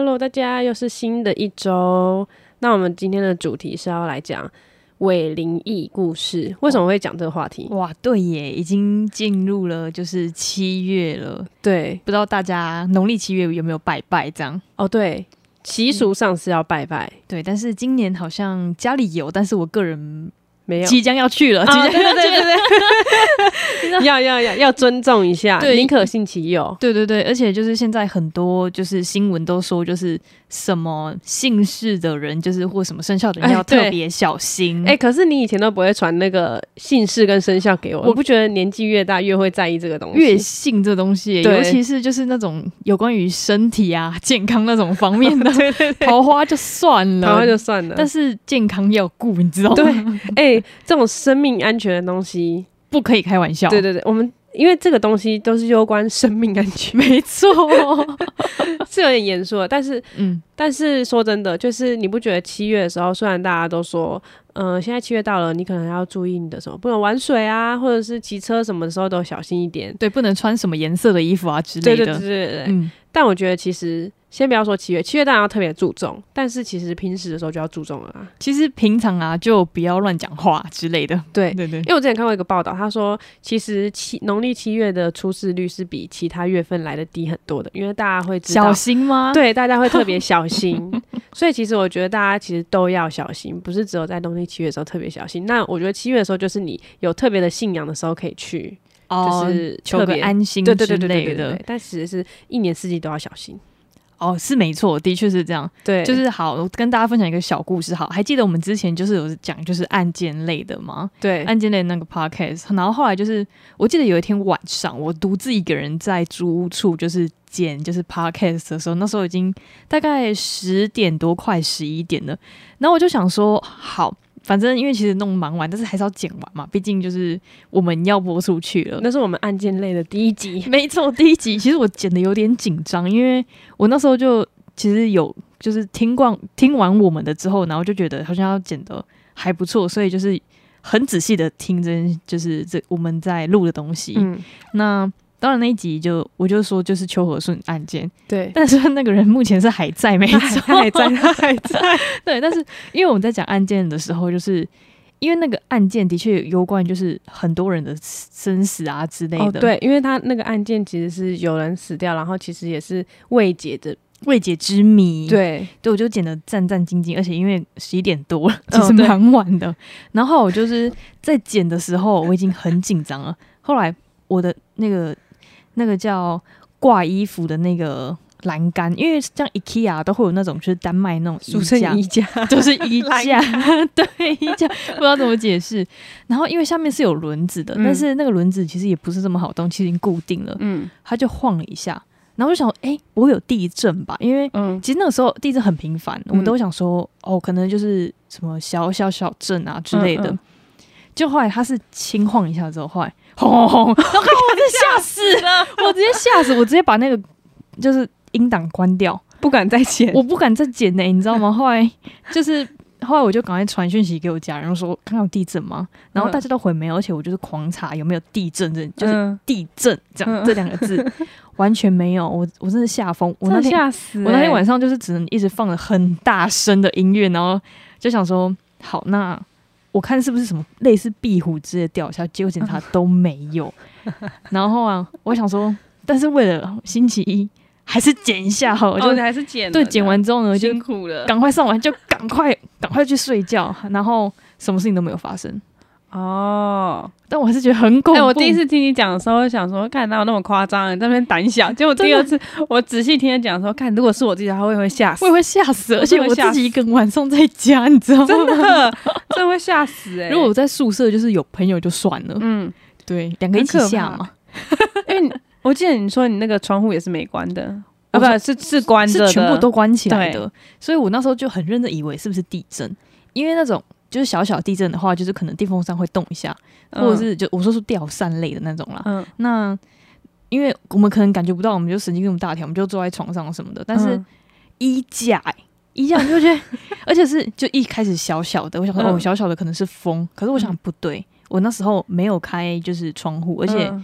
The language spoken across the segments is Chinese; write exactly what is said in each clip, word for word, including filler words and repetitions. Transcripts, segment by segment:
Hello， 大家又是新的一周。那我们今天的主题是要来讲伪灵异故事。为什么会讲这个话题？ 哇，对耶，已经进入了就是七月了。 对， 不知道大家农历七月有没有拜拜这样？ 哦，对，习俗上是要拜拜、嗯， 对，但是今年好像家里有，但是我个人没有， 即将要去了， 哦、 即将要去了， 对对对对要要要要尊重一下，宁可信其有。 对对对，而且就是现在很多就是新闻都说，就是什么姓氏的人，就是或什么生肖的人要特别小心。 哎、欸，可是你以前都不会传那个姓氏跟生肖给我，我不觉得年纪越大越会在意这个东西， 越信这东西，尤其是就是那种有关于身体啊、健康那种方面的， 对对对， 桃花就算了， 桃花就算了， 但是健康要顾，你知道吗？ 对，哎、欸，这种生命安全的东西不可以开玩笑。 对对对，我们因为这个东西都是攸关生命安全， 没错， 是有点严肃的。但是， 嗯， 但是说真的，就是你不觉得七月的时候，虽然大家都说，嗯、呃，现在七月到了，你可能要注意你的什么，不能玩水啊，或者是骑车什么的时候都小心一点。 对，不能穿什么颜色的衣服啊之类的。 对对对对对。 嗯， 但我觉得其实。先不要说七月，七月当然要特别注重，但是其实平时的时候就要注重了啦。 其实平常啊，就不要乱讲话之类的。 对对对， 因为我之前看过一个报道，他说其实七农历七月的出事率是比其他月份来的低很多的，因为大家会知道小心吗？ 对，大家会特别小心。所以其实我觉得大家其实都要小心，不是只有在农历七月的时候特别小心。那我觉得七月的时候，就是你有特别的信仰的时候可以去， 哦、 就是求个安心之类的。 但其实是一年四季都要小心。 哦，是没错，的确是这样。 对， 就是好，我跟大家分享一个小故事。好，还记得我们之前就是有讲就是案件类的吗？ 对， 案件类的那个 podcast。然后后来就是，我记得有一天晚上，我独自一个人在租屋处，就是剪就是 podcast 的时候，那时候已经大概十点多，快十一点了。然后我就想说，好。反正因为其实弄蛮晚，但是还是要剪完嘛，毕竟就是我们要播出去了。 那是我们案件类的第一集， 没错，第一集。其实我剪的有点紧张，因为我那时候就其实有就是听惯听完我们的之后，然后就觉得好像要剪的还不错，所以就是很仔细的听着，就是这我们在录的东西。嗯，那。当然那一集就我就说就是邱和顺案件， 对， 但是那个人目前是还在，没错， 他还在，他还在， 对。但是因为我们在讲案件的时候，就是因为那个案件的确有关，就是很多人的生死啊之类的。哦、 对，因为他那个案件其实是有人死掉，然后其实也是未解的未解之谜。 对， 对，我就剪得战战兢兢，而且因为十一点多了，其实蛮晚的。哦、然后我就是在剪的时候，我已经很紧张了。后来我的那个。那个叫挂衣服的那个栏杆，因为像 IKEA 都会有那种就是丹麦那种俗称衣架， 就是衣架，对，衣架不知道怎么解释。然后因为下面是有轮子的，嗯、但是那个轮子其实也不是这么好动，其实已经固定了，嗯，它就晃了一下。然后我就想，哎、欸，不会有地震吧？因为其实那个时候地震很频繁，嗯、我们都想说，哦，可能就是什么小小小震啊之类的。嗯嗯就后来他是轻晃一下之后，后来轰轰轰，然后我直接吓死了，我直接吓死，我直接把那个就是音档关掉， 不敢再剪， 我不敢再剪呢、欸，你知道吗？后来就是后来我就赶快传讯息给我家人说，看到有地震吗？然后大家都回没有，而且我就是狂查有没有地震，就是地震这样、嗯、这两个字完全没有，我我真的吓疯，我那天吓死、欸， 我那天晚上就是只能一直放了很大声的音乐，然后就想说，好那。我看是不是什么类似壁虎之类的掉下，结果检查都没有。然後啊，我想说，但是为了星期一还是剪一下好，我就、 哦、还是剪了。 对，剪完之后呢，就辛苦了， 赶快上完就赶快赶快去睡觉，然后什么事情都没有发生。哦，但我还是觉得很恐怖。 欸、我第一次听你讲的时候，我想说，看哪有那么夸张？你在那边胆小。结果第二次我仔细听你讲的时候，看如果是我自己的话，我也会吓死， 我也会吓死，而且我自己一个人晚上在家，你知道吗？ 真的，真的会吓死哎、欸！ 如果我在宿舍，就是有朋友就算了，嗯，对，两个一起吓嘛。 因为我记得你说你那个窗户也是没关的。啊，不是是关着的， 是全部都关起来的，所以我那时候就很认真以为是不是地震，因为那种就是小小地震的话，就是可能电风扇会动一下，嗯、或者是就我说是吊扇类的那种啦。嗯，那因为我们可能感觉不到，我们就神经这么大条，我们就坐在床上什么的，但是衣架、欸，衣架你就觉得，而且是就一开始小小的，我想说、嗯、哦，小小的可能是风，可是我想不对，我那时候没有开就是窗户，而且。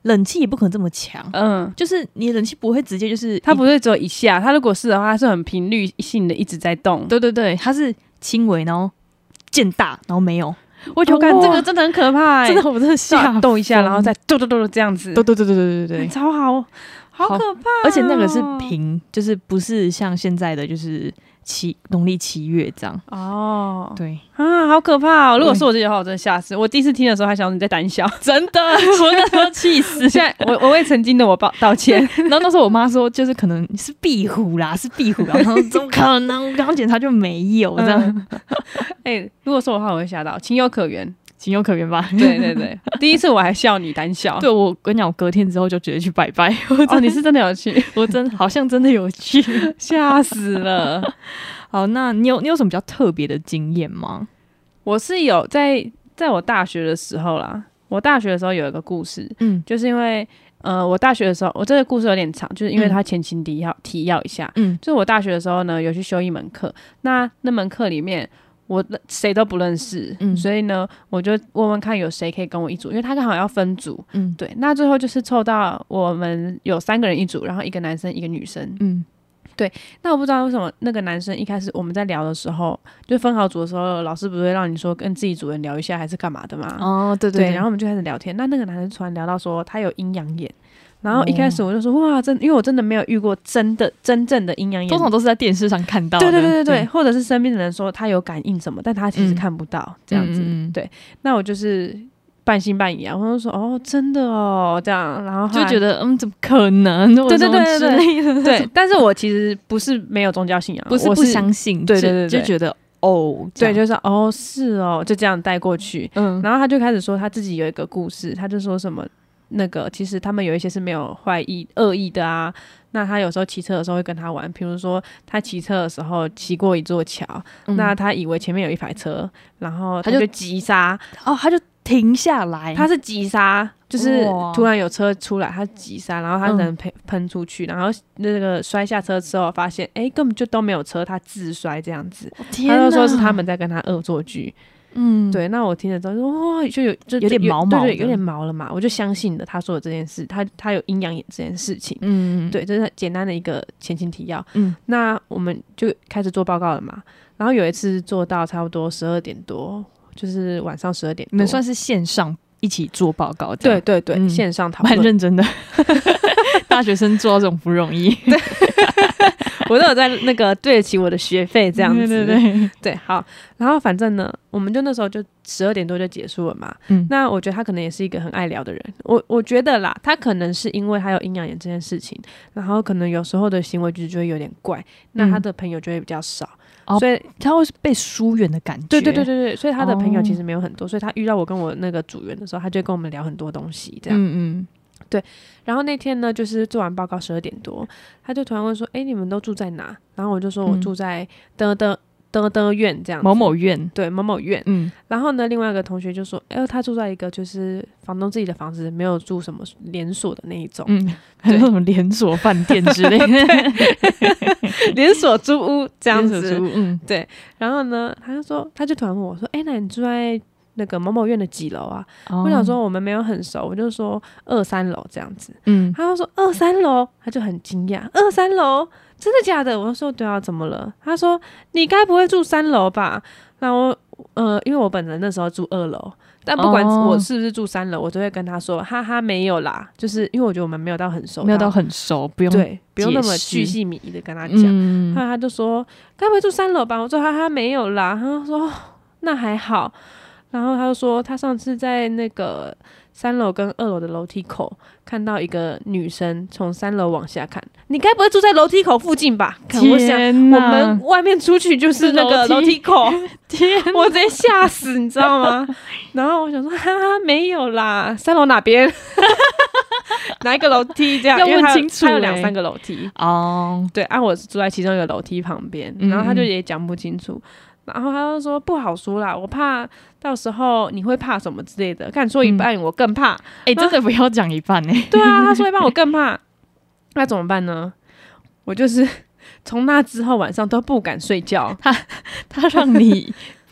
冷气也不可能这么强，嗯，就是你冷气不会直接就是它不会只有一下，它如果是的话，它是很频率性的一直在动。 对对对，它是轻微，然后渐大，然后没有。 我就感、哦、这个真的很可怕、欸， 真的我真的吓动一下，然后再咚咚咚这样子， 对对对对对对对， 超好，好可怕、哦。 而且那个是平，就是不是像现在的就是七农历七月这样。哦，对啊，好可怕哦！如果是我自己的话，我真的吓死。我第一次听的时候还想你在胆小， 真的，我那时候气死。 现在我我为曾经的我道歉。 然后那时候我妈说，就是可能是壁虎啦，是壁虎啦。然后怎么可能？我刚刚检查就没有这样。 哎、欸，如果说我的话，我会吓到，情有可原。 情有可原吧？ 对对对，第一次我还笑你胆小。 对，我跟你讲，我隔天之后就觉得去拜拜。 哦，你是真的有去？ 我真好像真的有去， 吓死了。 好，那你有你有什么比较特别的经验吗？ 我是有在在我大学的时候啦，我大学的时候有一个故事，嗯，就是因为呃，我大学的时候，我这个故事有点长，就是因为它前情提要提要一下，嗯，就是我大学的时候呢，有去修一门课，那那门课里面。我谁都不认识、嗯，所以呢，我就问问看有谁可以跟我一组，因为他刚好要分组，嗯，对，那最后就是凑到我们有三个人一组，然后一个男生一个女生，嗯，对，那我不知道为什么那个男生一开始我们在聊的时候，就分好组的时候，老师不是会让你说跟自己组人聊一下还是干嘛的嘛？哦，对 对, 对，然后我们就开始聊天，那那个男生突然聊到说他有阴阳眼。然后一开始我就说、哦、哇，真，因为我真的没有遇过真的真正的阴阳眼， 通常都是在电视上看到的。 对对对对对，或者是身边的人说他有感应什么，但他其实看不到、嗯、这样子、嗯。对，那我就是半信半疑啊，我就说哦，真的哦，这样，然后就觉得嗯，怎么可能？ 对对对对对对。但是我其实不是没有宗教信仰， 不是不相信， 对对 对, 对， 就觉得。哦， 对，就是哦，是哦，就这样带过去。嗯，然后他就开始说他自己有一个故事，他就说什么。那个其实他们有一些是没有坏意恶意的啊，那他有时候骑车的时候会跟他玩，比如说他骑车的时候骑过一座桥、嗯、那他以为前面有一台车，然后他就急刹， 哦，他就停下来， 他是急刹，就是突然有车出来他急刹，然后他人喷喷出去、嗯、然后那个摔下车之后发现哎根本就都没有车，他自摔这样子，他就说是他们在跟他恶作剧。嗯，对，那我听了之后说哇，就有就有点毛毛的， 对对，有点毛了嘛，我就相信了他说的这件事，他他有阴阳眼这件事情，嗯，对，这是简单的一个前情提要，嗯，那我们就开始做报告了嘛，然后有一次做到差不多十二点多，就是晚上十二点多， 你们算是线上一起做报告， 对对对，嗯、线上讨论， 蛮认真的，大学生做到这种不容易， 对。我都有在那个对得起我的学费这样子， 对对对对，好，然后反正呢，我们就那时候就十二点多就结束了嘛。嗯，那我觉得他可能也是一个很爱聊的人，我我觉得啦，他可能是因为他有阴阳眼这件事情，然后可能有时候的行为举止就会有点怪，那他的朋友就会比较少， 嗯、 所以他会被疏远的感觉。 对对对对对，所以他的朋友其实没有很多，哦、所以他遇到我跟我那个组员的时候，他就会跟我们聊很多东西，这样。嗯嗯。对，然后那天呢，就是做完报告十二点多，他就突然问说：“哎，你们都住在哪？”然后我就说：“我住在的的的的院这样子， 某某院， 对，某某院。”嗯，然后呢，另外一个同学就说：“哎，他住在一个就是房东自己的房子，没有住什么连锁的那一种， 嗯，还有什么连锁饭店之类的， 连锁租屋这样子， 嗯， 对。然后呢，他就说，他就突然问我说：‘哎，那你住在？’”那个某某院的几楼啊、oh. 我想说我们没有很熟，我就说二三楼这样子，嗯，他就说二三楼，他就很惊讶，二三楼真的假的？我就说对啊，怎么了？他说你该不会住三楼吧？然后呃，因为我本人那时候住二楼，但不管我是不是住三楼， oh. 我都会跟他说哈哈没有啦，就是因为我觉得我们没有到很熟， 没有到很熟，不用对，不用那么巨细靡遗的跟他讲。嗯、后来他就说该不会住三楼吧？我说哈哈没有啦，他说那还好。然后他就说，他上次在那个三楼跟二楼的楼梯口看到一个女生从三楼往下看，你该不会住在楼梯口附近吧？我想我们外面出去就是那个楼梯口， 天， 我直接吓死，你知道吗？然后我想说，哈哈，没有啦，三楼哪边？哪一个楼梯？这样要问清楚、欸， 他有两三个楼梯哦。Oh. 对，啊，我是住在其中一个楼梯旁边，然后他就也讲不清楚。然后他就说不好说啦，我怕到时候你会怕什么之类的。看说一半，我更怕。 哎、嗯欸，真的不要讲一半哎、欸。 对啊，他说一半，我更怕。那怎么办呢？我就是从那之后晚上都不敢睡觉。 他他让你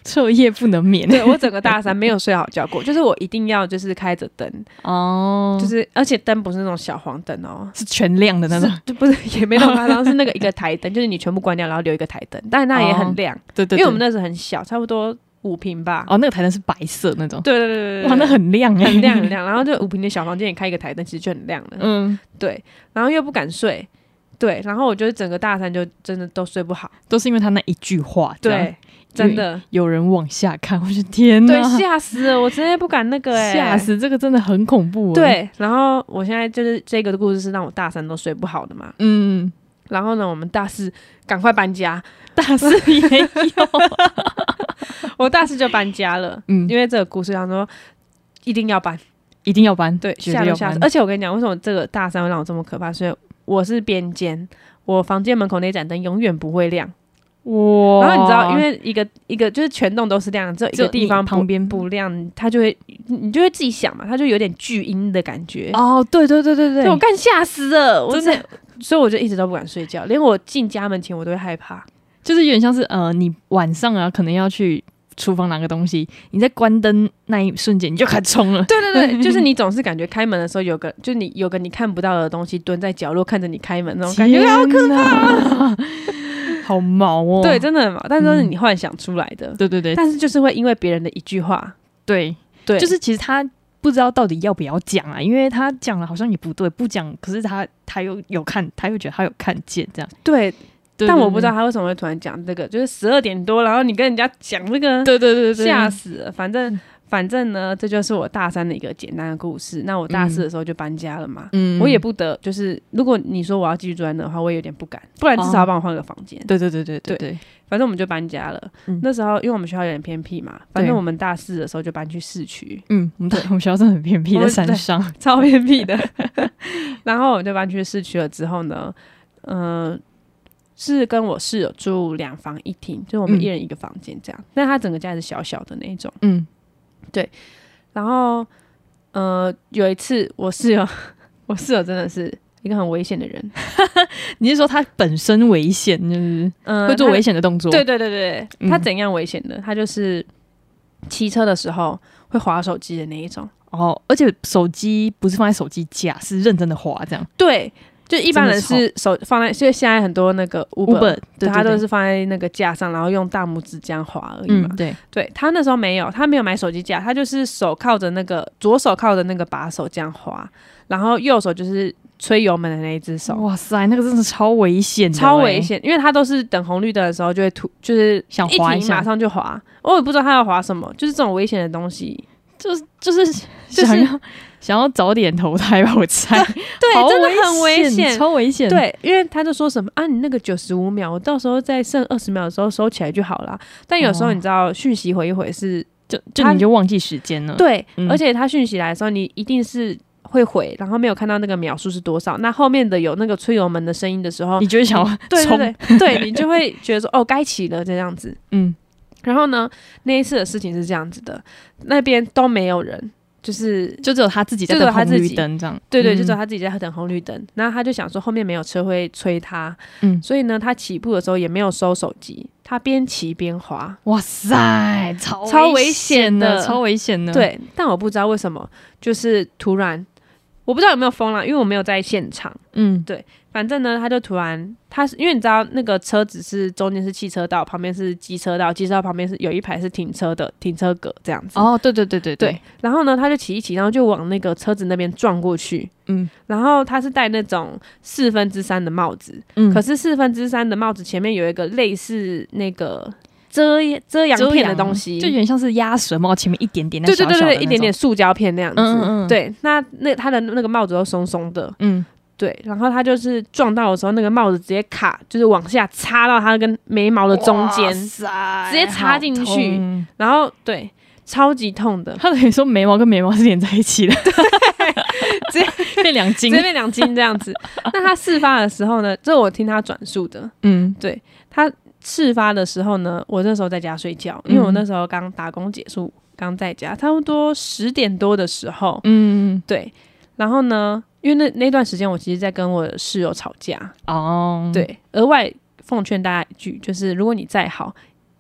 彻夜不能眠。 对，我整个大三没有睡好觉过，就是我一定要就是开着灯哦，就是而且灯不是那种小黄灯哦， 是全亮的那种， 就不是也没那么夸张，是那个一个台灯，就是你全部关掉，然后留一个台灯，但是那也很亮。哦、对, 对对，因为我们那时候很小，差不多五坪吧。 哦，那个台灯是白色那种。对对对对对， 哇，那很亮哎、欸， 很亮很亮。然后就五坪的小房间，你开一个台灯，其实就很亮了。嗯，对。然后又不敢睡。对，然后我觉得整个大三就真的都睡不好， 都是因为他那一句话。 对，真的有人往下看，我说天哪， 对，吓死了，我真的不敢那个哎、欸， 吓死，这个真的很恐怖、欸。 对，然后我现在就是这个故事是让我大三都睡不好的嘛，嗯，然后呢，我们大四赶快搬家， 大四也有， 我大四就搬家了，嗯，因为这个故事他说一定要搬， 一定要搬， 对，吓都吓死，而且我跟你讲，为什么这个大三会让我这么可怕？所以我是边间，我房间门口那盏灯永远不会亮。哇！然后你知道，因为一个一个就是全栋都是亮，只有一个地方旁边不亮，它就会你就会自己想嘛，它就有点巨阴的感觉。 哦，对对对对对， 我干吓死了，我真的，所以我就一直都不敢睡觉，连我进家门前我都会害怕， 就是有点像是呃，你晚上啊可能要去厨房拿个东西，你在关灯那一瞬间你就开始冲了。 对对对，就是你总是感觉开门的时候有个，就是你有个你看不到的东西蹲在角落看着你开门那种感觉，好可怕。 好毛哦， 对，真的很毛，但是都是你幻想出来的、嗯， 对对对， 但是就是会因为别人的一句话， 对对，就是其实他不知道到底要不要讲啊，因为他讲了好像也不对，不讲，可是他他又有看，他又觉得他有看见这样， 对，对但我不知道他为什么会突然讲这个，就是十二点多，然后你跟人家讲这个， 对对对对， 吓死了，反正。反正呢，这就是我大三的一个简单的故事。那我大四的时候就搬家了嘛，嗯、我也不得，就是如果你说我要继续住在那的话，我也有点不敢，不然至少要帮我换个房间、哦。 对对对对对 对, 对， 反正我们就搬家了、嗯。那时候因为我们学校有点偏僻嘛，反正我们大四的时候就搬去市区。嗯， 我们我们学校真的很偏僻，在山上， 超偏僻的。然后我们就搬去市区了之后呢，嗯、呃。是跟我室友住两房一厅，就是我们一人一个房间这样、嗯。但他整个家是小小的那种，嗯，对。然后，呃，有一次我室友，我室友真的是一个很危险的人。 你是说他本身危险，就是嗯会做危险的动作？ 对对对对，嗯、他怎样危险的？他就是骑车的时候会滑手机的那一种。 哦，而且手机不是放在手机架，是认真的滑这样。 对。就一般人是手放在，所以现在很多那个 Uber，, Uber 对他都是放在那个架上，然后用大拇指这样滑而已嘛。嗯、对，对他那时候没有，他没有买手机架，他就是手靠着那个左手靠着那个把手这样滑，然后右手就是吹油门的那一只手。 哇塞，那个真的超危险的， 超危险，因为他都是等红绿灯的时候就会突，就是想滑一下， 马上就滑。我也不知道他要滑什么，就是这种危险的东西， 就是就是想要。就是想要早点投胎吧，我猜。 对，真的很危险， 超危险。 对，因为他就说什么啊，你那个九十五秒，我到时候再剩二十秒的时候收起来就好了。但有时候你知道，讯息回一回是就就你就忘记时间了。 对、嗯，而且他讯息来的时候，你一定是会回，然后没有看到那个秒数是多少。那后面的有那个吹油门的声音的时候， 你就会想要对对对对，你就会觉得说哦，该骑了这样子。嗯，然后呢，那一次的事情是这样子的，那边都没有人。就是就只有他自己在等红绿灯这样， 对对，就只有他自己在等红绿灯。然后他就想说后面没有车会催他，嗯，所以呢，他起步的时候也没有收手机，他边骑边滑。 哇塞，超超危险的， 超危险的。 对，但我不知道为什么，就是突然，我不知道有没有疯了，因为我没有在现场。嗯，对。反正呢，他就突然，他因为你知道那个车子是中间是汽车道，旁边是机车道，机车道旁边是有一排是停车的停车格这样子。 哦，对对对对 对, 对。然后呢，他就骑一骑，然后就往那个车子那边撞过去。嗯。然后他是戴那种四分之三的帽子，嗯，可是四分之三的帽子前面有一个类似那个遮遮阳片的东西， 就有点像是鸭舌帽前面一点点那小小的那种， 对对对对，一点点塑胶片那样子。嗯嗯嗯。对，那那他的那个帽子都松松的。嗯。对，然后他就是撞到的时候，那个帽子直接卡，就是往下插到他跟眉毛的中间，直接插进去，然后对，超级痛的。 他等于说眉毛跟眉毛是连在一起的， 直接变两斤， 直接变两斤这样子。那他事发的时候呢，这我听他转述的，嗯，对他事发的时候呢，我那时候在家睡觉，因为我那时候刚打工结束，刚在家，差不多十点多的时候，嗯，对，然后呢。因为那那段时间我其实在跟我的室友吵架哦，对，额外奉劝大家一句，就是如果你再好，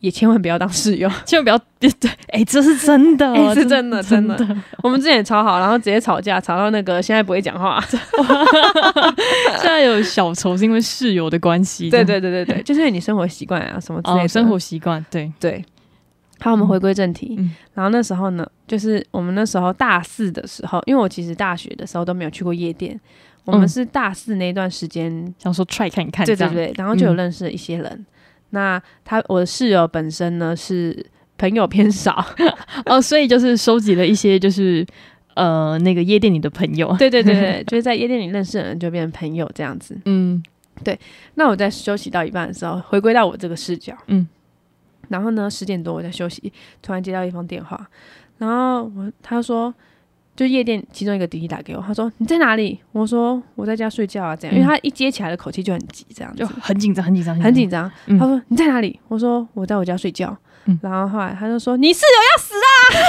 也千万不要当室友， 千万不要对，哎、欸，这是真的， 欸、是真的真的。真的我们之前也超好，然后直接吵架，吵到那个现在不会讲话。 现在有小仇是因为室友的关系。 对对对对对，就是因为你生活习惯啊什么之类的。哦、 生活习惯，对对。好，我们回归正题、 嗯。 然后那时候呢，就是我们那时候大四的时候，因为我其实大学的时候都没有去过夜店，我们是大四那段时间、嗯、 想说 try 看看， 对对对，然后就有认识了一些人。嗯、那他我的室友本身呢是朋友偏少哦，所以就是收集了一些就是呃那个夜店里的朋友。 对对对对，就是在夜店里认识的人就变成朋友这样子。嗯，对。那我在休息到一半的时候，回归到我这个视角，嗯。然后呢，十点多我在休息，突然接到一封电话，然后我他说，就夜店其中一个弟弟打给我，他说你在哪里？我说我在家睡觉啊，这样，嗯、因为他一接起来的口气就很急，这样子就很紧张，很紧张， 很紧张。嗯、他说你在哪里？我说我在我家睡觉。嗯、然后后来他就说你室友要死啦！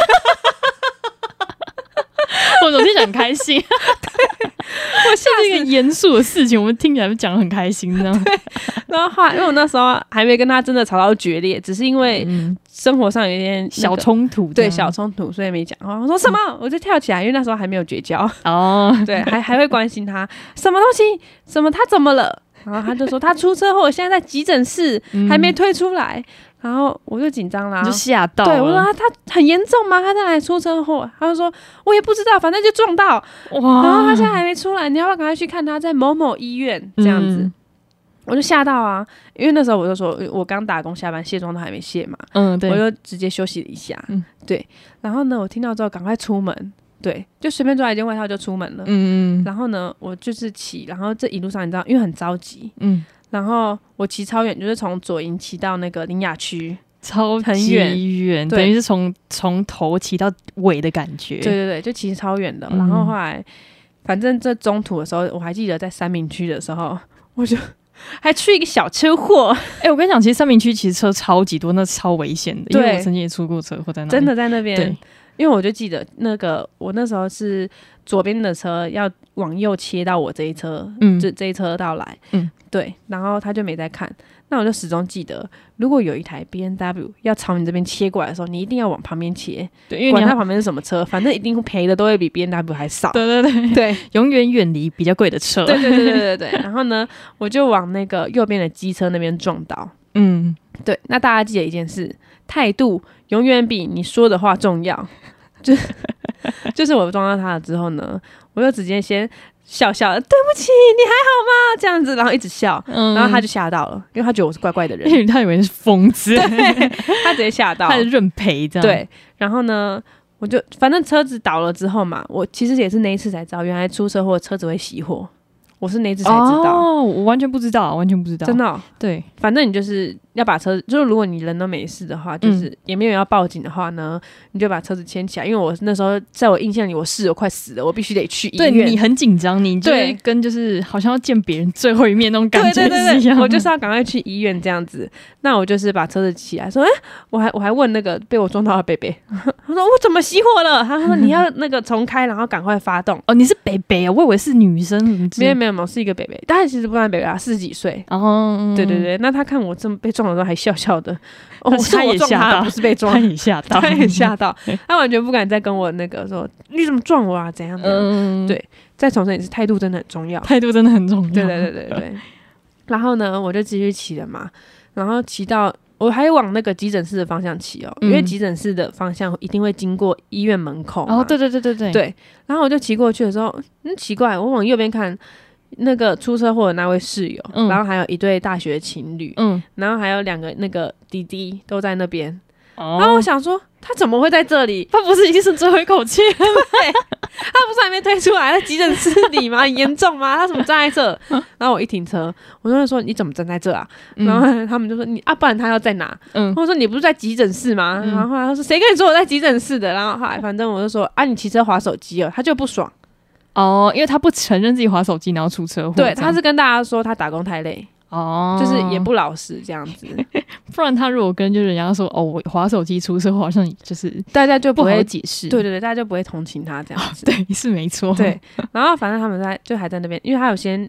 我昨天讲很开心，对，我现在一个严肃的事情，我们听起来讲得很开心，这样。 对，然后后来因为我那时候还没跟他真的吵到决裂，只是因为生活上有一点、那个、 小冲突， 对小冲突，所以没讲话。我说什么？嗯、我就跳起来，因为那时候还没有绝交哦，对，还还会关心他什么东西，什么他怎么了？然后他就说他出车祸，现在在急诊室，嗯、还没推出来。然后我就紧张啦， 就吓到了。 对，我说他他很严重吗？他在哪里出车祸？他就说我也不知道，反正就撞到。哇！然后他现在还没出来，你要不要赶快去看他？在某某医院这样子。嗯、我就吓到啊，因为那时候我就说我刚打工下班，卸妆都还没卸嘛。嗯，对。我就直接休息了一下。嗯，对。然后呢，我听到之后赶快出门。对，就随便抓一件外套就出门了。嗯嗯。然后呢，我就是骑，然后这一路上你知道，因为很着急。嗯。然后我骑超远，就是从左营骑到那个苓雅区， 超级远，等于是从从头骑到尾的感觉。 对对对，就骑超远的。嗯、然后后来，反正这中途的时候，我还记得在三民区的时候，我就还出一个小车祸。 哎、欸，我跟你讲，其实三民区其实车超级多，那超危险的。因为我曾经也出过车祸在那里， 真的在那边。对，因为我就记得那个我那时候是左边的车要往右切到我这一车，嗯，这这一车道来，嗯。对，然后他就没在看，那我就始终记得，如果有一台 B M W 要朝你这边切过来的时候，你一定要往旁边切，对，因为管它旁边是什么车，反正一定赔的都会比 B M W 还少。 对对对对， 永远远离比较贵的车。 对对对对对对。然后呢，我就往那个右边的机车那边撞到。嗯，对。那大家记得一件事，态度永远比你说的话重要。就就是我撞到他了之后呢，我就直接先。笑笑的，对不起，你还好吗？这样子，然后一直笑，嗯、然后他就吓到了，因为他觉得我是怪怪的人， 因为他以为是疯子， 对，他直接吓到， 他是认赔这样。 对，然后呢，我就反正车子倒了之后嘛，我其实也是那一次才知道，原来出车祸车子会熄火。我是那一次才知道， 哦，我完全不知道，完全不知道， 真的、哦。 对， 反正你就是要把车子，就是如果你人都没事的话，就是也没有人要报警的话呢，嗯、你就把车子牵起来。因为我那时候在我印象里，我室友快死了，我必须得去医院。 对，你很紧张，你就是跟就是好像要见别人最后一面那种感觉是一样的。 对对对对，我就是要赶快去医院这样子。那我就是把车子起来，说，哎、欸，我还我还问那个被我撞到的贝贝，他说我怎么熄火了？他说你要那个重开，然后赶快发动。 哦，你是贝贝啊？我以为是女生。 没有没有没有，是一个贝贝。但其实不算贝贝啊，四十几岁。哦、嗯，对对对，那他看我这么被撞的时候还笑笑的，哦， 他也吓到， 不是被撞， 他也吓到， 他也吓到，他完全不敢再跟我那个说你怎么撞我啊，怎样的、嗯？对，再重申一次，态度真的很重要， 态度真的很重要。 对对对对对。然后呢，我就继续骑了嘛，然后骑到我还往那个急诊室的方向骑哦、嗯，因为急诊室的方向一定会经过医院门口。 哦，对对对对对对。然后我就骑过去的时候，嗯，奇怪，我往右边看。那个出车祸的那位室友、嗯，然后还有一对大学情侣，嗯，然后还有两个那个弟弟都在那边、哦，然后我想说他怎么会在这里？ 他不是已经是最后一口气了吗？ 对，他不是还没推出来，在急诊室里吗？很严重吗？他怎么站在这？然后我一停车，我就说你怎么站在这啊？嗯、然后他们就说你啊，不然他要在哪？嗯，我说你不是在急诊室吗？嗯、然后后来他说谁跟你说我在急诊室的？然后后来反正我就说啊，你骑车滑手机了，他就不爽。 哦，因为他不承认自己滑手机然后出车祸， 对，他是跟大家说他打工太累，哦，就是也不老实这样子。 不然他如果跟就人家说哦，我滑手机出车祸，好像就是大家就不会解释， 对对对，大家就不会同情他这样子。 哦、对，是没错。 对，然后反正他们在就还在那边，因为他有先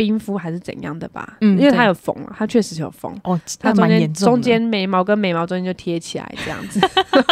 冰敷还是怎样的吧，嗯，因为他有缝啊，他确实有缝哦， 他中间中间眉毛跟眉毛中间就贴起来这样子。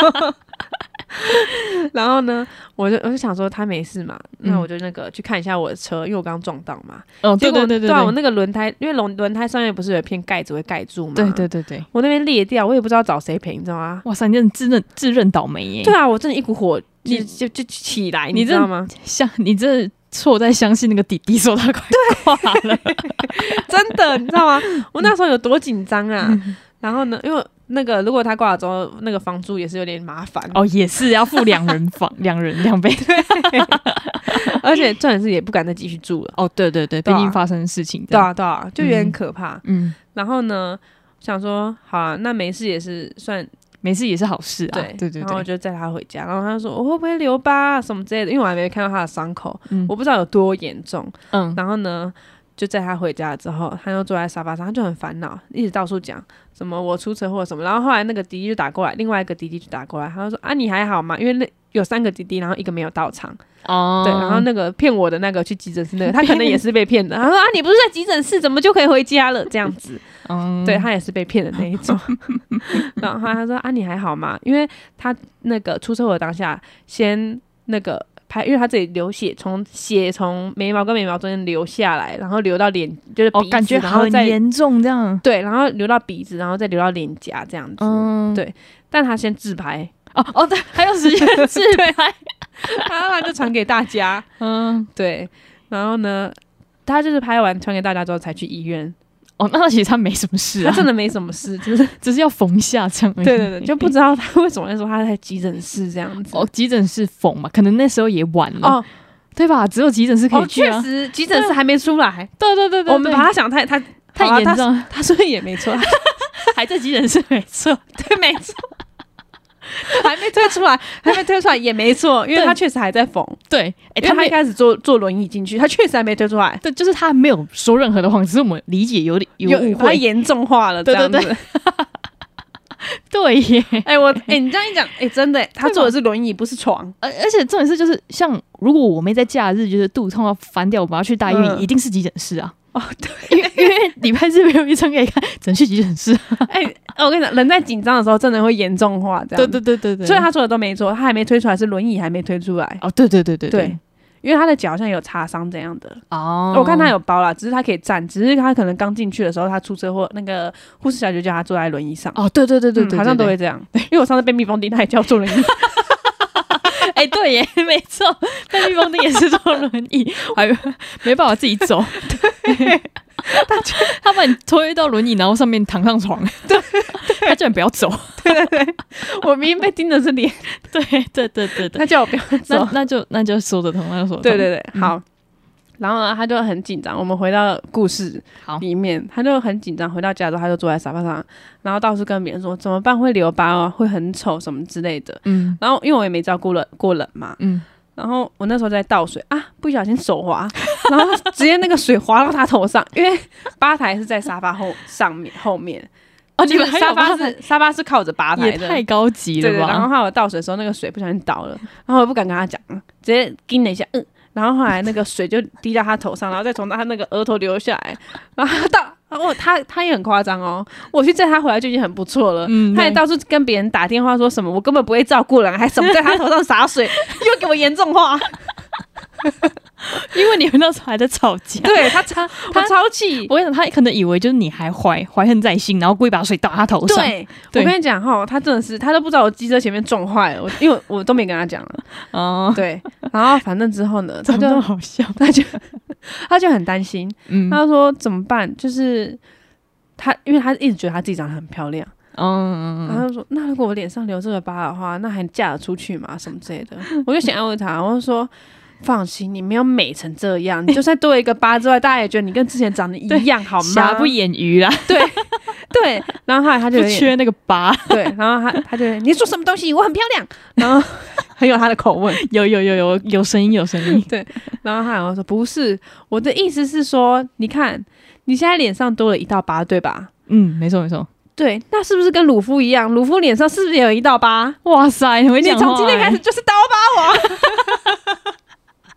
然后呢，我就我就想说他没事嘛，嗯、那我就那个去看一下我的车，因为我刚撞到嘛。 哦，对对对 对, 对， 对啊，我那个轮胎，因为轮轮胎上面不是有一片盖子会盖住嘛？ 对对对对， 我那边裂掉，我也不知道找谁赔，你知道吗？ 哇塞，你真的自认自认倒霉耶！ 对啊，我真的一股火就就就起来，你知道吗？ 像你这错在相信那个弟弟说他快挂了， 真的，你知道吗？我那时候有多紧张啊！嗯、然后呢，因为那个如果他挂了之后，那个房租也是有点麻烦哦，也是要付两人房，两人两倍， 对，而且重点是也不敢再继续住了。 哦，对对对，毕竟发生事情， 对啊对啊，就有点可怕。 嗯， 然后呢，想说好啊，那没事也是算。 没事也是好事啊， 对对对对， 然后我就载他回家，然后他说我会不会留疤、啊、什么之类的，因为我还没看到他的伤口、嗯，我不知道有多严重。嗯，然后呢，就载他回家之后，他就坐在沙发上，他就很烦恼，一直到处讲什么我出车祸什么。然后后来那个弟弟就打过来，另外一个弟弟就打过来，他就说啊你还好吗？因为那有三个弟弟，然后一个没有到场。哦，对，然后那个骗我的那个去急诊室那个，他可能也是被骗的。他说啊，你不是在急诊室，怎么就可以回家了？这样子，嗯，对他也是被骗的那一种。然后他说啊，你还好吗？因为他那个出车祸当下，先那个拍，因为他这里流血，从血从眉毛跟眉毛中间流下来，然后流到脸，就是鼻子， 哦、感觉很严重这样。 对，然后流到鼻子，然后再流到脸颊这样子。嗯，对，但他先自拍。 哦哦，对，还有时间自拍。 然后他就传给大家，嗯，对，然后呢，他就是拍完传给大家之后才去医院。 哦，那其实他没什么事啊， 他真的没什么事，就是只是要缝下这样而已。 对对对，就不知道他为什么会说他在急诊室这样子。 哦，急诊室缝嘛，可能那时候也晚了，哦，对吧？只有急诊室可以去啊。 确实，急诊室还没出来。 对对对对， 我们把他想太他太严重， 他, 他说的也没错， 还在急诊室没错， 对，没错。还没推出来，还没推出来也没错，因为他确实还在缝。 对， 欸、因为他一开始坐坐轮椅进去，他确实还没推出来。 对，就是他没有说任何的谎，只是我们理解有点有误会， 严重化了。对对对， 对耶！ 哎、欸，我哎、欸，你这样一讲，哎、欸，真的、欸，他坐的是轮椅，不是床。 而而且重点是，就是像如果我妹在假日就是肚子痛要翻掉，我们要去大医院，嗯、一定是急诊室啊。 哦，对， 因为因为礼拜日没有医生可以看，只能去急诊室。 哎、欸，我跟你讲，人在紧张的时候真的会严重化，这样。 对对对对对， 所以他说的都没错，他还没推出来，是轮椅还没推出来。 哦，对对对对对, 對，因为他的脚好像有擦伤这样的。 哦， 我看他有包啦，只是他可以站，只是他可能刚进去的时候他出车祸，那个护士小姐叫他坐在轮椅上。 哦，对对对对 对, 對, 對, 對, 對、嗯， 好像都会这样。因为我上次被蜜蜂叮，他也叫我坐轮椅。 哎、欸，对耶，没错，被蜜蜂叮也是坐轮椅，还没办法自己走。对。他他把你推到轮椅，然后上面躺上床， 对， 他叫你不要走， 对对对，我明明被盯的是脸， 对对对对对， 他叫我不要走， 那那就那就说得通，那就说得通， 对对对，嗯、好。然后呢，他就很紧张。我们回到故事里面，他就很紧张。回到家之后，他就坐在沙发上，然后到处跟别人说怎么办，会留疤啊，会很丑什么之类的。嗯，然后因为我也没照顾了过冷嘛，嗯。然后我那时候在倒水啊，不小心手滑，然后直接那个水滑到他头上，因为吧台是在沙发后上面后面。哦，你们沙发是沙发是靠着吧台的， 也太高级了吧？ 对对。然后后来我倒水的时候，那个水不小心倒了，然后我不敢跟他讲，直接叮了一下，嗯。然后后来那个水就滴到他头上，然后再从他那个额头流下来，然后他到哦，他他也很夸张哦。我去载他回来就已经很不错了，嗯，他也到处跟别人打电话说什么我根本不会照顾人，还什么在他头上洒水，又给我严重化。 因为你们那时候还在吵架， 对他超他超气。 我跟你讲，他可能以为就是你还怀怀恨在心，然后故意把水倒他头上。 对，对我跟你讲哈，他真的是他都不知道我机车前面撞坏了，我因为我都没跟他讲了。哦，对，然后反正之后呢，他就好笑， 他就他就很担心，嗯，他就说怎么办？就是他，因为他一直觉得他自己长得很漂亮。嗯，然后他说那如果我脸上留这个疤的话，那还嫁得出去吗？什么之类的。我就想安慰他，我就说放心，你没有美成这样，你就算多一个疤之外，大家也觉得你跟之前长得一样，好吗？ 瑕不掩瑜啦。 对对，然后后来他就不缺那个疤， 对，然后他他就你说什么东西，我很漂亮，然后很有他的口吻， 有有有有有声音有声音， 对，然后他好像说不是，我的意思是说，你看你现在脸上多了一道疤，对吧？ 嗯，没错没错。 对，那是不是跟鲁夫一样？鲁夫脸上是不是也有一道疤？ 哇塞，你从今天开始就是刀疤王。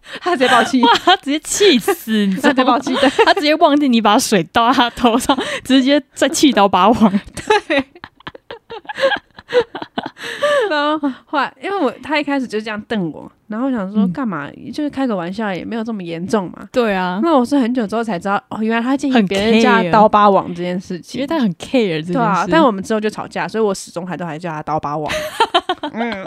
他直接爆气， 哇，他直接气死，你知道吗？ 他直接爆气， 他直接忘记你把水倒在他头上，直接再气刀把王。 对。然后后来，因为我他一开始就这样瞪我，然后我想说干嘛、嗯，就是开个玩笑，也没有这么严重嘛。 对啊， 那我是很久之后才知道，哦，原来他建议别人叫他刀疤王这件事情， 因为他很 care 这件事。 对啊，但我们之后就吵架，所以我始终还都还叫他刀疤王。嗯，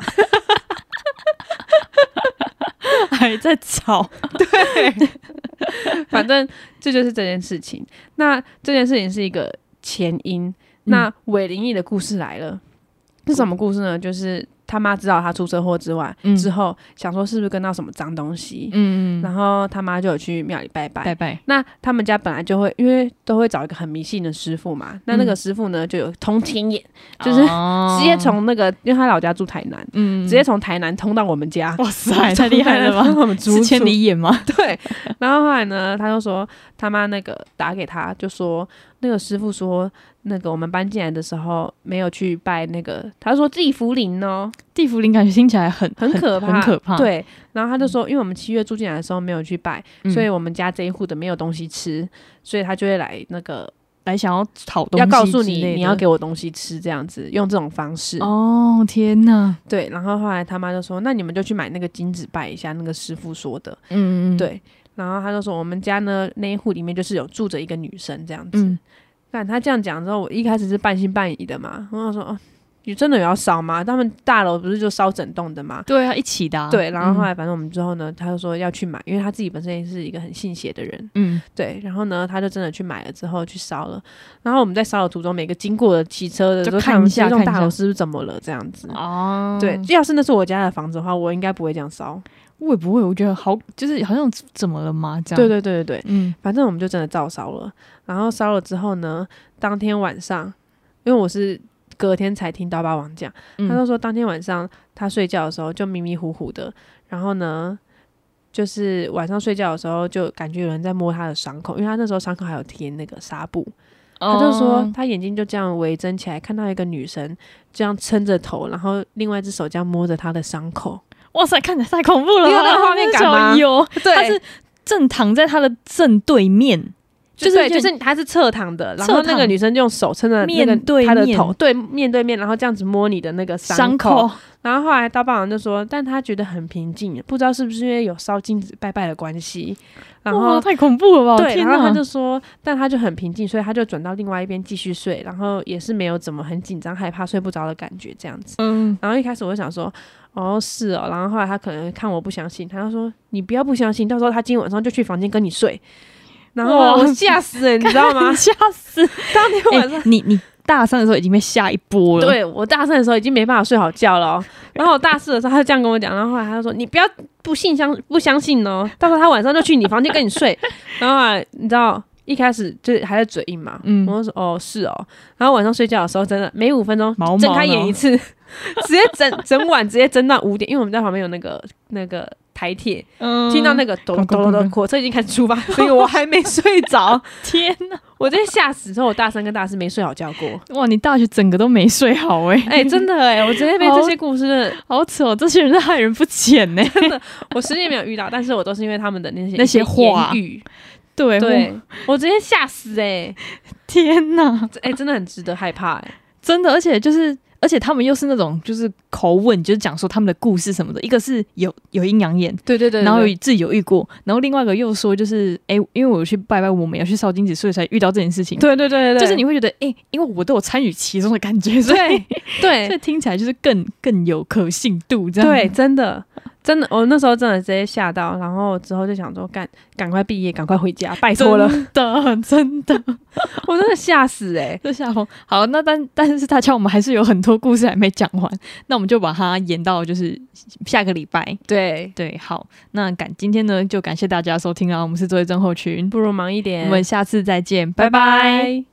还在吵。 对，反正这就是这件事情。那这件事情是一个前因。那伪灵异的故事来了，是什么故事呢？就是他妈知道他出车祸之外、嗯、之后想说是不是跟到什么脏东西，嗯嗯，然后他妈就有去庙里拜拜拜拜。 那他们家本来就会因为都会找一个很迷信的师傅嘛，那那个师傅呢就有通天眼、嗯、就是直接从那个因为他老家住台南，嗯，直接从台南通到我们家。 哇塞，太厉害了吧！ 我们是千里眼吗？ 对。然后后来呢，他就说他妈那个打给他，就说那个师傅说。那个我们搬进来的时候没有去拜那个，他说地福灵哦， 地福灵感觉听起来很很可怕， 很可怕。 对，然后他就说，因为我们七月住进来的时候没有去拜、嗯，所以我们家这一户的没有东西吃，所以他就会来那个来想要讨东西， 要告诉你你要给我东西吃，这样子用这种方式。 哦天哪！ 对，然后后来他妈就说，那你们就去买那个金纸拜一下，那个师傅说的。嗯嗯，对。然后他就说，我们家呢那一户里面就是有住着一个女生这样子。嗯，但他这样讲之后，我一开始是半信半疑的嘛。然后我说：“哦，你真的有要烧吗？他们大楼不是就烧整栋的吗？” 对啊，一起的、啊。 对，然后后来反正我们之后呢，嗯、他就说要去买，因为他自己本身也是一个很信邪的人。嗯，对。然后呢，他就真的去买了之后去烧了。然后我们在烧的途中，每个经过的骑车的就看一下， 这栋大楼是不是怎么了这样子？哦，对。要是那是我家的房子的话，我应该不会这样烧。 我也不会，我觉得好，就是好像怎么了吗？这样。 对对对对对，嗯，反正我们就真的照烧了。然后烧了之后呢，当天晚上，因为我是隔天才听刀疤王讲、嗯，他就说当天晚上他睡觉的时候就迷迷糊糊的，然后呢，就是晚上睡觉的时候就感觉有人在摸他的伤口，因为他那时候伤口还有贴那个纱布。他就说他眼睛就这样微睁起来，看到一个女生这样撑着头，然后另外一只手这样摸着他的伤口。 哇塞，看起来太恐怖了吧！ 你有那个画面感吗？ 有， 对， 他是正躺在他的正对面， 就是对就是他是侧躺的，然后那个女生就用手撑着那个他的头，对，面对面，然后这样子摸你的那个伤口。伤口然后后来刀疤王就说，但他觉得很平静，不知道是不是因为有烧金子拜拜的关系。然后太恐怖了吧！ 对，然后他就说，但他就很平静，所以他就转到另外一边继续睡，然后也是没有怎么很紧张、害怕、睡不着的感觉这样子。嗯，然后一开始我就想说，哦是哦，然后后来他可能看我不相信，他就说你不要不相信，到时候他今天晚上就去房间跟你睡。然后我吓死了，你知道吗？ 吓死！ 当天晚上， 欸、你你大三的时候已经被吓一波了。 对，我大三的时候已经没办法睡好觉了、哦。然后我大四的时候，他就这样跟我讲，然后后来他就说：“你不要不信相不相信哦，到时候他晚上就去你房间跟你睡。”然后后来你知道，一开始就还在嘴硬嘛，嗯，我就说：“哦，是哦。”然后晚上睡觉的时候，真的每五分钟睁开眼一次，直接整整晚直接睁到五点，因为我们在旁边有那个那个。台铁、嗯，听到那个咚咚咚咚，火车已经开始出发，所以我还没睡着。 天哪！ 我真吓死！之后我大三跟大四没睡好觉过。 哇，你大学整个都没睡好哎、欸！ 哎、欸，真的哎、欸，我直接被这些故事好扯、喔，这些人是害人不浅呢、欸。 真的，我实际没有遇到，但是我都是因为他们的那些那些话语， 对对，我直接吓死哎、欸！ 天哪！ 哎、欸，真的很值得害怕哎、欸， 真的，而且就是。而且他们又是那种就是口吻，就是讲说他们的故事什么的，一个是有有阴阳眼， 对对 对, 对， 然后自己有遇过，然后另外一个又说就是哎、欸，因为我有去拜拜，我们要去烧金纸，所以才遇到这件事情。 对对对 对, 对， 就是你会觉得哎、欸，因为我都有参与其中的感觉，所以对对， 所以听起来就是更更有可信度这样。 对，真的。真的，我那时候真的直接吓到，然后之后就想说，赶赶快毕业，赶快回家，拜托了， 真的真的， 我真的吓死哎、欸， 这吓疯。好，那但但是大家我们还是有很多故事还没讲完，那我们就把它延到就是下个礼拜。 对对，好，那感今天呢就感谢大家收听啊，我们是作业症候群， 不如忙一点， 我们下次再见， 拜拜。